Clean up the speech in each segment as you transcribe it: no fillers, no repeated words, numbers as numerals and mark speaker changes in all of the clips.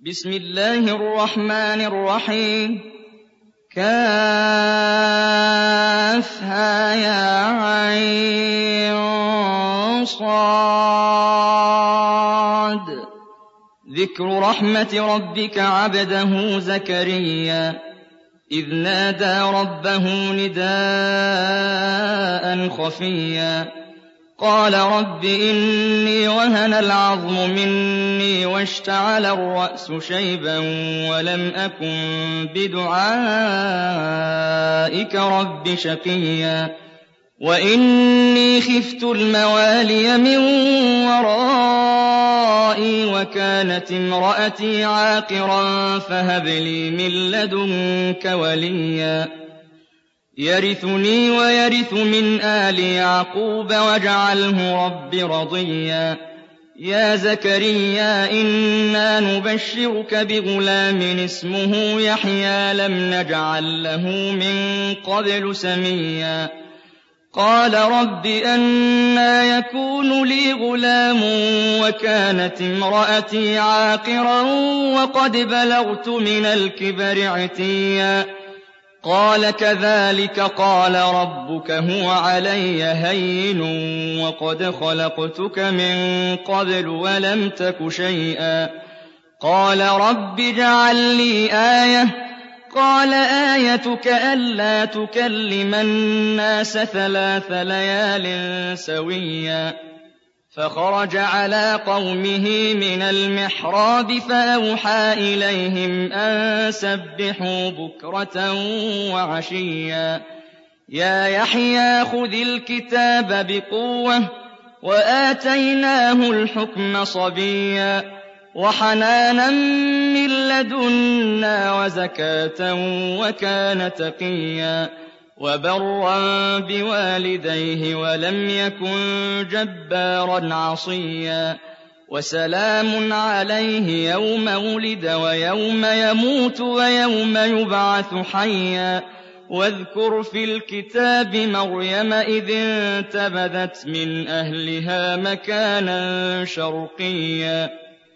Speaker 1: بسم الله الرحمن الرحيم كافها يا عين صاد ذكر رحمة ربك عبده زكريا إذ نادى ربه نداء خفيا قال رب إني وهن العظم مني واشتعل الرأس شيبا ولم أكن بدعائك رب شقيا وإني خفت الموالي من ورائي وكانت امرأتي عاقرا فهب لي من لدنك وليا يرثني ويرث من آل يعقوب واجعله رب رضيا يا زكريا إنا نبشرك بغلام اسمه يحيى لم نجعل له من قبل سميا قال رب أنى يكون لي غلام وكانت امرأتي عاقرا وقد بلغت من الكبر عتيا قال كذلك قال ربك هو علي هين وقد خلقتك من قبل ولم تك شيئا قال رب اجعل لي آية قال آيتك ألا تكلم الناس 3 ليال سويا فخرج على قومه من المحراب فأوحى إليهم أن سبحوا بكرة وعشيا يا يحيى خذ الكتاب بقوة وآتيناه الحكم صبيا وحنانا من لدنا وزكاة وكان تقيا وبرا بوالديه ولم يكن جبارا عصيا وسلام عليه يوم ولد ويوم يموت ويوم يبعث حيا واذكر في الكتاب مريم إذ انتبذت من أهلها مكانا شرقيا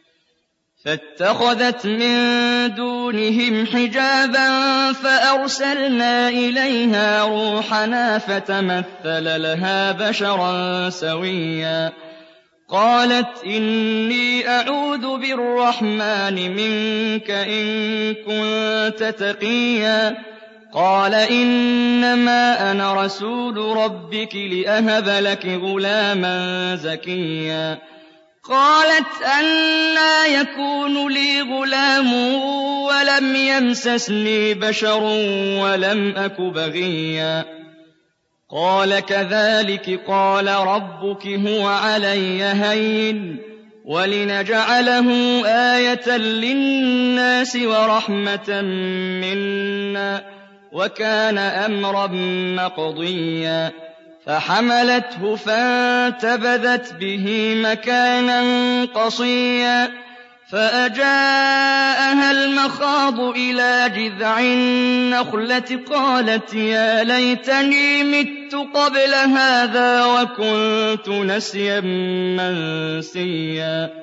Speaker 1: فاتخذت من دونهم حجابا فأرسلنا إليها روحنا فتمثل لها بشرا سويا قالت إني أعوذ بالرحمن منك إن كنت تقيا قال إنما أنا رسول ربك لأهب لك غلاما زكيا قالت أنى يكون لي غلام ولم يمسسني بشر ولم أك بغيا قال كذلك قال ربك هو علي هين ولنجعله آية للناس ورحمة منا وكان أمرا مقضيا فحملته فانتبذت به مكانا قصيا فأجاءها المخاض إلى جذع النخلة قالت يا ليتني مت قبل هذا وكنت نسيا منسيا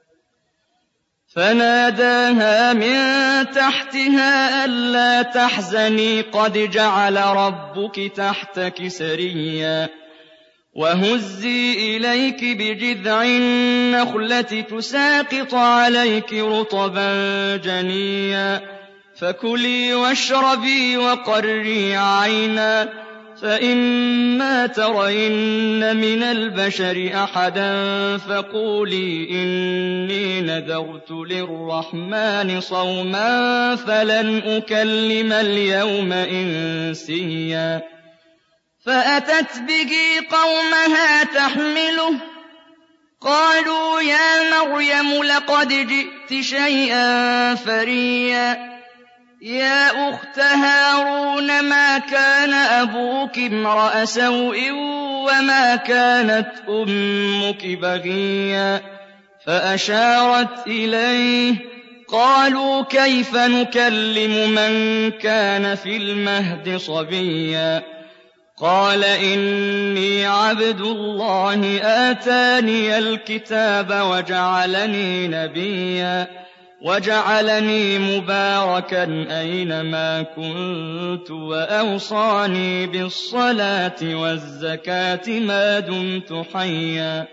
Speaker 1: فناداها من تحتها ألا تحزني قد جعل ربك تحتك سريا وهزي إليك بجذع النخلة تساقط عليك رطبا جنيا فكلي واشربي وقري عينا فإما ترين من البشر أحدا فقولي إني نذرت للرحمن صوما فلن أكلم اليوم إنسيا فأتت به قومها تحمله قالوا يا مريم لقد جئت شيئا فريا يا أخت هارون ما كان أبوك امرأ سوء وما كانت أمك بغيا فأشارت إليه قالوا كيف نكلم من كان في المهد صبيا قال إني عبد الله آتاني الكتاب وجعلني نبيا وجعلني مباركا أينما كنت وأوصاني بالصلاة والزكاة ما دمت حيا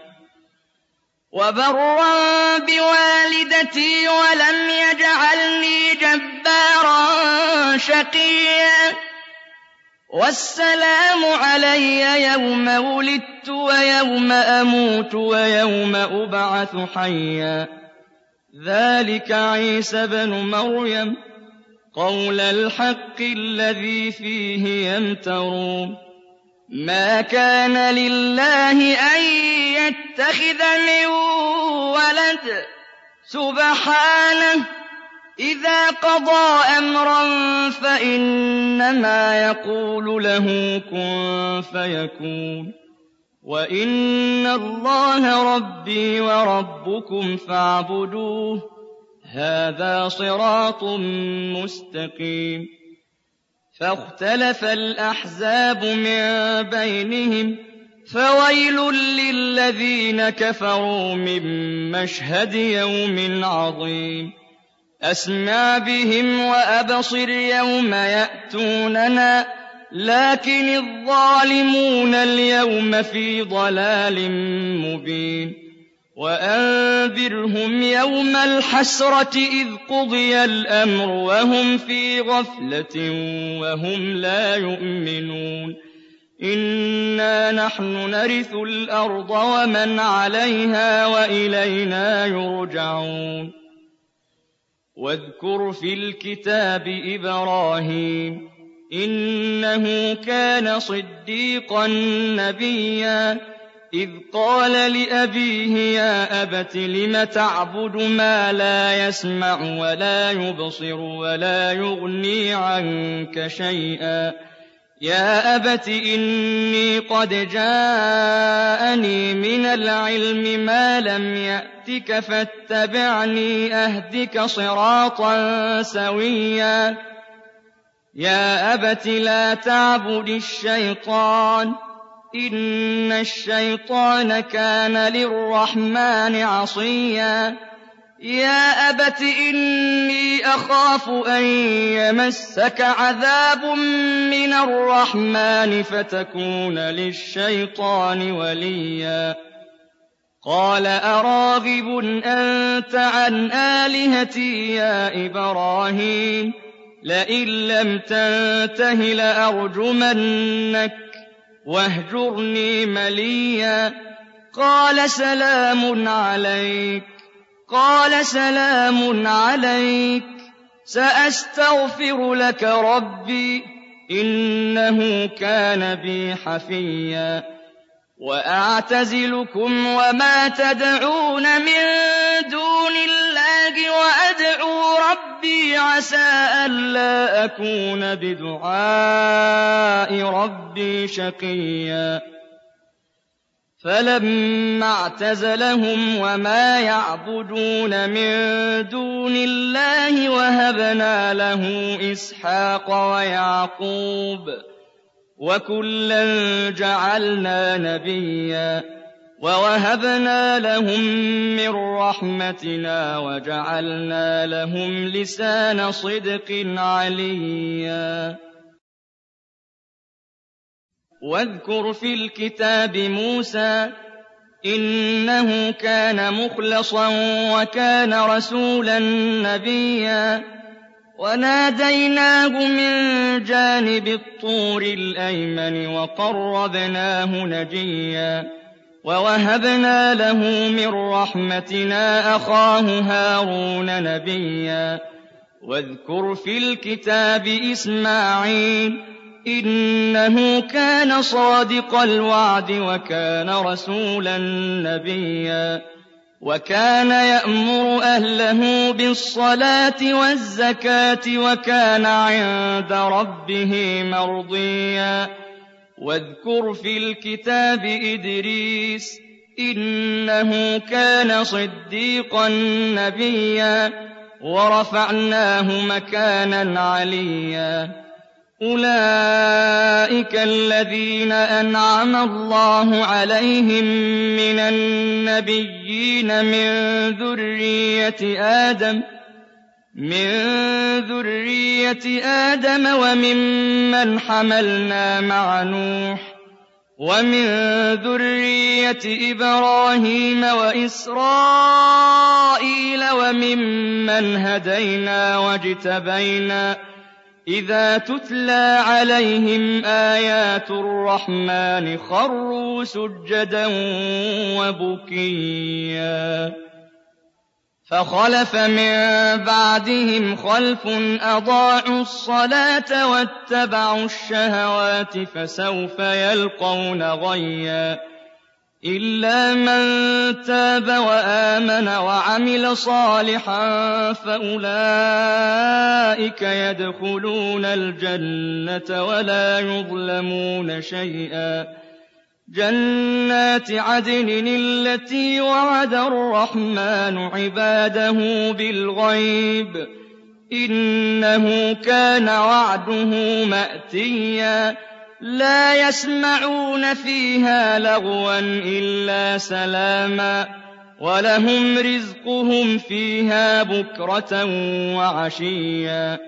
Speaker 1: وبرا بوالدتي ولم يجعلني جبارا شقيا والسلام علي يوم ولدت ويوم أموت ويوم أبعث حيا ذلك عيسى ابن مريم قول الحق الذي فيه يمترون ما كان لله أن يتخذ من ولد سبحانه إذا قضى أمرا فإنما يقول له كن فيكون وإن الله ربي وربكم فاعبدوه هذا صراط مستقيم فاختلف الأحزاب من بينهم فويل للذين كفروا من مشهد يوم عظيم أسمع بهم وأبصر يوم يأتوننا لكن الظالمون اليوم في ضلال مبين وأنذرهم يوم الحسرة إذ قضي الأمر وهم في غفلة وهم لا يؤمنون إنا نحن نرث الأرض ومن عليها وإلينا يرجعون واذكر في الكتاب إبراهيم إنه كان صديقا نبيا إذ قال لأبيه يا أبت لم تعبد ما لا يسمع ولا يبصر ولا يغني عنك شيئا يا أبت إني قد جاءني من العلم ما لم يأتك فاتبعني أهدك صراطا سويا يا أبت لا تعبد الشيطان إن الشيطان كان للرحمن عصيا يا أبت إني أخاف أن يمسك عذاب من الرحمن فتكون للشيطان وليا قال أراغب أنت عن آلهتي يا إبراهيم لئن لم تنته لأرجمنك واهجرني مليا قال سلام عليك سأستغفر لك ربي إنه كان بي حفيا وأعتزلكم وما تدعون من دون الله وأدعو ربي عسى ألا أكون بدعاء ربي شقيا فلما اعتزلهم وما يعبدون من دون الله وهبنا له إسحاق ويعقوب وكلا جعلنا نبيا ووهبنا لهم من رحمتنا وجعلنا لهم لسان صدق عليا واذكر في الكتاب موسى إنه كان مخلصا وكان رسولا نبيا وناديناه من جانب الطور الأيمن وقربناه نجيا ووهبنا له من رحمتنا أخاه هارون نبيا واذكر في الكتاب إسماعيل إنه كان صادق الوعد وكان رسولا نبيا وكان يأمر أهله بالصلاة والزكاة وكان عند ربه مرضيا واذكر في الكتاب إدريس إنه كان صديقا نبيا ورفعناه مكانا عليا أولئك الذين أنعم الله عليهم من النبيين من ذرية آدم مِن ذُرِّيَّةِ آدَمَ وَمِمَّنْ حَمَلْنَا مَعَ نُوحٍ وَمِن ذُرِّيَّةِ إِبْرَاهِيمَ وَإِسْرَائِيلَ وَمِمَّنْ هَدَيْنَا وَاجْتَبَيْنَا ۚ إِذَا تُتْلَىٰ عَلَيْهِمْ آيَاتُ الرَّحْمَٰنِ خَرُّوا سُجَّدًا وَبُكِيًّا فَخَلَفَ مِن بَعْدِهِمْ خَلْفٌ أَضَاعُوا الصَّلَاةَ وَاتَّبَعُوا الشَّهَوَاتِ فَسَوْفَ يَلْقَوْنَ غَيًّا إِلَّا مَن تَابَ وَآمَنَ وَعَمِلَ صَالِحًا فَأُولَٰئِكَ يَدْخُلُونَ الْجَنَّةَ وَلَا يُظْلَمُونَ شَيْئًا جَنَّاتِ عَدْنٍ الَّتِي وَعَدَ الرَّحْمَٰنُ عِبَادَهُ بِالْغَيْبِ ۚ إِنَّهُ كَانَ وَعْدُهُ مَأْتِيًّا لَّا يَسْمَعُونَ فِيهَا لَغْوًا إِلَّا سَلَامًا ۖ وَلَهُمْ رِزْقُهُمْ فِيهَا بُكْرَةً وَعَشِيًّا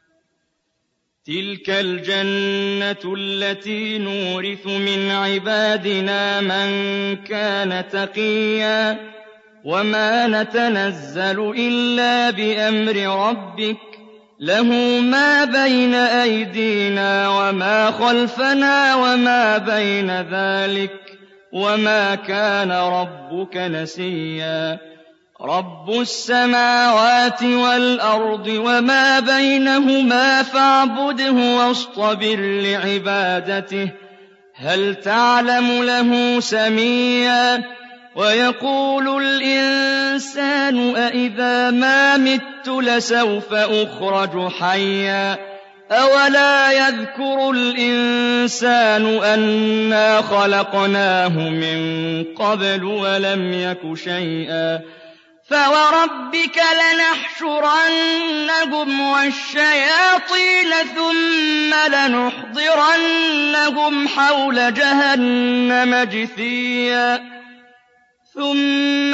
Speaker 1: تِلْكَ الْجَنَّةُ الَّتِي نُورِثُ مِنْ عِبَادِنَا مَن كَانَ تَقِيًّا ۖ وَمَا نَتَنَزَّلُ إِلَّا بِأَمْرِ رَبِّكَ ۖ لَهُ مَا بَيْنَ أَيْدِينَا وَمَا خَلْفَنَا وَمَا بَيْنَ ذَٰلِكَ ۚ وَمَا كَانَ رَبُّكَ نَسِيًّا رَبُّ السَّمَاوَاتِ وَالْأَرْضِ وَمَا بَيْنَهُمَا فَاعْبُدْهُ وَاصْطَبِرْ لِعِبَادَتِهِ ۚ هَلْ تَعْلَمُ لَهُ سَمِيًّا وَيَقُولُ الْإِنسَانُ أَإِذَا مَا مِتُّ لَسَوْفَ أُخْرَجُ حَيًّا أَوَلَا يَذْكُرُ الْإِنسَانُ أَنَّا خَلَقْنَاهُ مِن قَبْلُ وَلَمْ يَكُ شَيْئًا فَوَرَبِّكَ لَنَحْشُرَنَّهُمْ وَالشَّيَاطِينَ ثُمَّ لَنُحْضِرَنَّهُمْ حَوْلَ جَهَنَّمَ جِثِيًّا ثُمَّ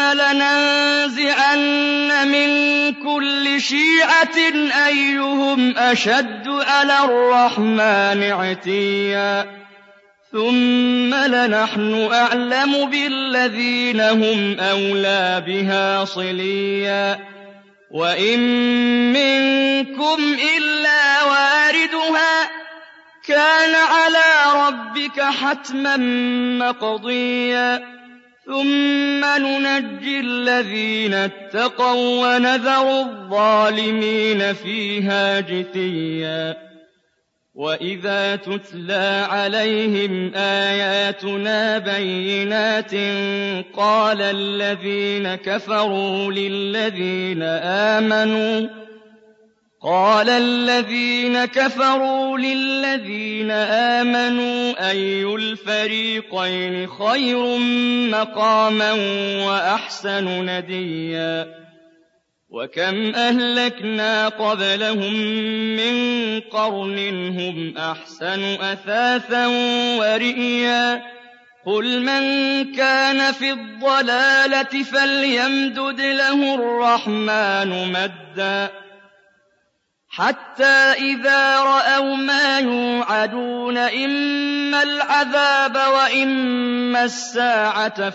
Speaker 1: لَنَنزِعَنَّ مِن كُلِّ شِيعَةٍ أَيُّهُمْ أَشَدُّ عَلَى الرَّحْمَٰنِ عِتِيًّا ثُمَّ لَنَحْنُ أَعْلَمُ بِالَّذِينَ هُمْ أَوْلَىٰ بِهَا صِلِيًّا وَإِن مِّنكُمْ إِلَّا وَارِدُهَا ۚ كَانَ عَلَىٰ رَبِّكَ حَتْمًا مَّقْضِيًّا ثُمَّ نُنَجِّي الَّذِينَ اتَّقَوا وَّنَذَرُ الظَّالِمِينَ فِيهَا جِثِيًّا وَإِذَا تُتْلَىٰ عَلَيْهِمْ آيَاتُنَا بَيِّنَاتٍ قَالَ الَّذِينَ كَفَرُوا لِلَّذِينَ آمَنُوا أَيُّ الْفَرِيقَيْنِ خَيْرٌ مَّقَامًا وَأَحْسَنُ نَدِيًّا وَكَمْ أَهْلَكْنَا قَبْلَهُم مِّن قَرْنٍ هُمْ أَحْسَنُ أَثَاثًا وَرِئْيًا قُلْ مَن كَانَ فِي الضَّلَالَةِ فَلْيَمْدُدْ لَهُ الرَّحْمَٰنُ مَدًّا حَتَّىٰ إِذَا رَأَوْا مَا يُوعَدُونَ إِمَّا الْعَذَابَ وَإِمَّا السَّاعَةَ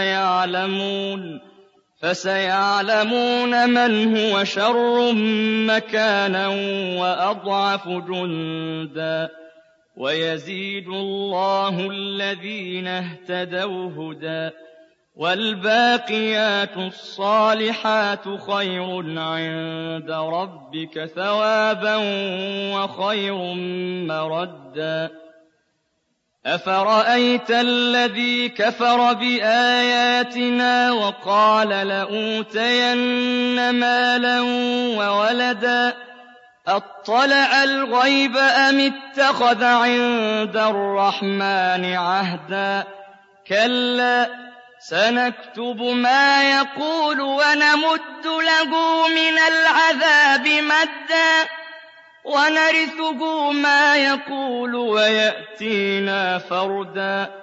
Speaker 1: فَسَيَعْلَمُونَ مَنْ هُوَ شَرٌّ مَّكَانًا وَأَضْعَفُ جُندًا وَيَزِيدُ اللَّهُ الَّذِينَ اهْتَدَوْا هُدًى وَالْبَاقِيَاتُ الصَّالِحَاتُ خَيْرٌ عِندَ رَبِّكَ ثَوَابًا وَخَيْرٌ مَّرَدًّا أَفَرَأَيْتَ الَّذِي كَفَرَ بِآيَاتِنَا وَقَالَ لَأُوتَيَنَّ مَالًا وَوَلَدًا أَطَّلَعَ الْغَيْبَ أَمِ اتَّخَذَ عِندَ الرَّحْمَٰنِ عَهْدًا كَلَّا سَنَكْتُبُ مَا يَقُولُ وَنَمُدُّ لَهُ مِنَ الْعَذَابِ مَدًّا وَنَرِثُهُ مَا يَقُولُ وَيَأْتِينَا فَرْدًا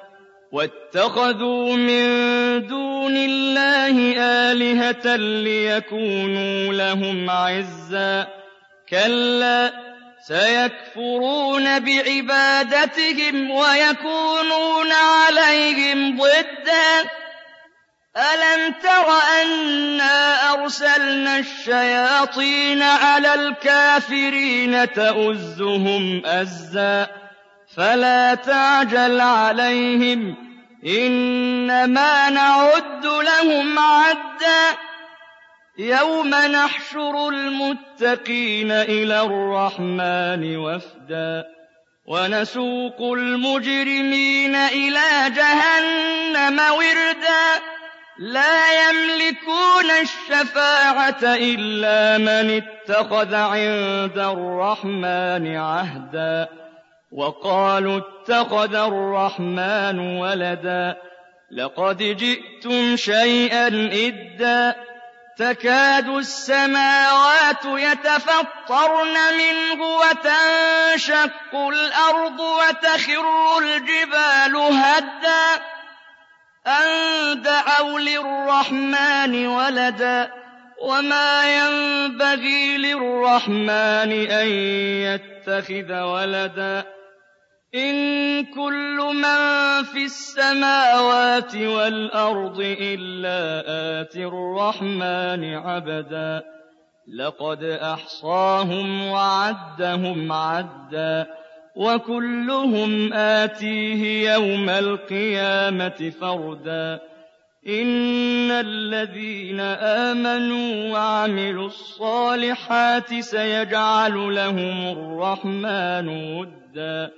Speaker 1: واتخذوا من دون الله آلهة ليكونوا لهم عزا كلا سيكفرون بعبادتهم ويكونون عليهم ضدا ألم تر أنا أرسلنا الشياطين على الكافرين تؤزهم أزا فلا تعجل عليهم إنما نعد لهم عدا يوم نحشر المتقين إلى الرحمن وفدا ونسوق المجرمين إلى جهنم وردا لا يملكون الشفاعة إلا من اتخذ عند الرحمن عهدا وقالوا اتخذ الرحمن ولدا لقد جئتم شيئا إدا تكاد السماوات يتفطرن منه وتنشق الأرض وتخر الجبال هدا أن دعوا للرحمن ولدا وما ينبغي للرحمن أن يتخذ ولدا إن كل من في السماوات والأرض إلا آتي الرحمن عبدا لقد أحصاهم وعدهم عدا وكلهم آتيه يوم القيامة فردا إن الذين آمنوا وعملوا الصالحات سيجعل لهم الرحمن ودا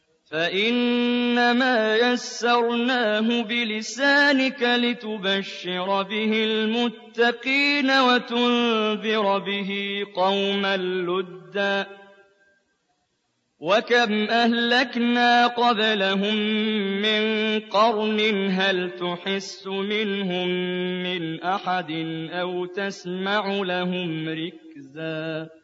Speaker 1: فإنما يسرناه بلسانك لتبشر به المتقين وتنذر به قوما لدا وكم أهلكنا قبلهم من قرن هل تحس منهم من أحد أو تسمع لهم ركزا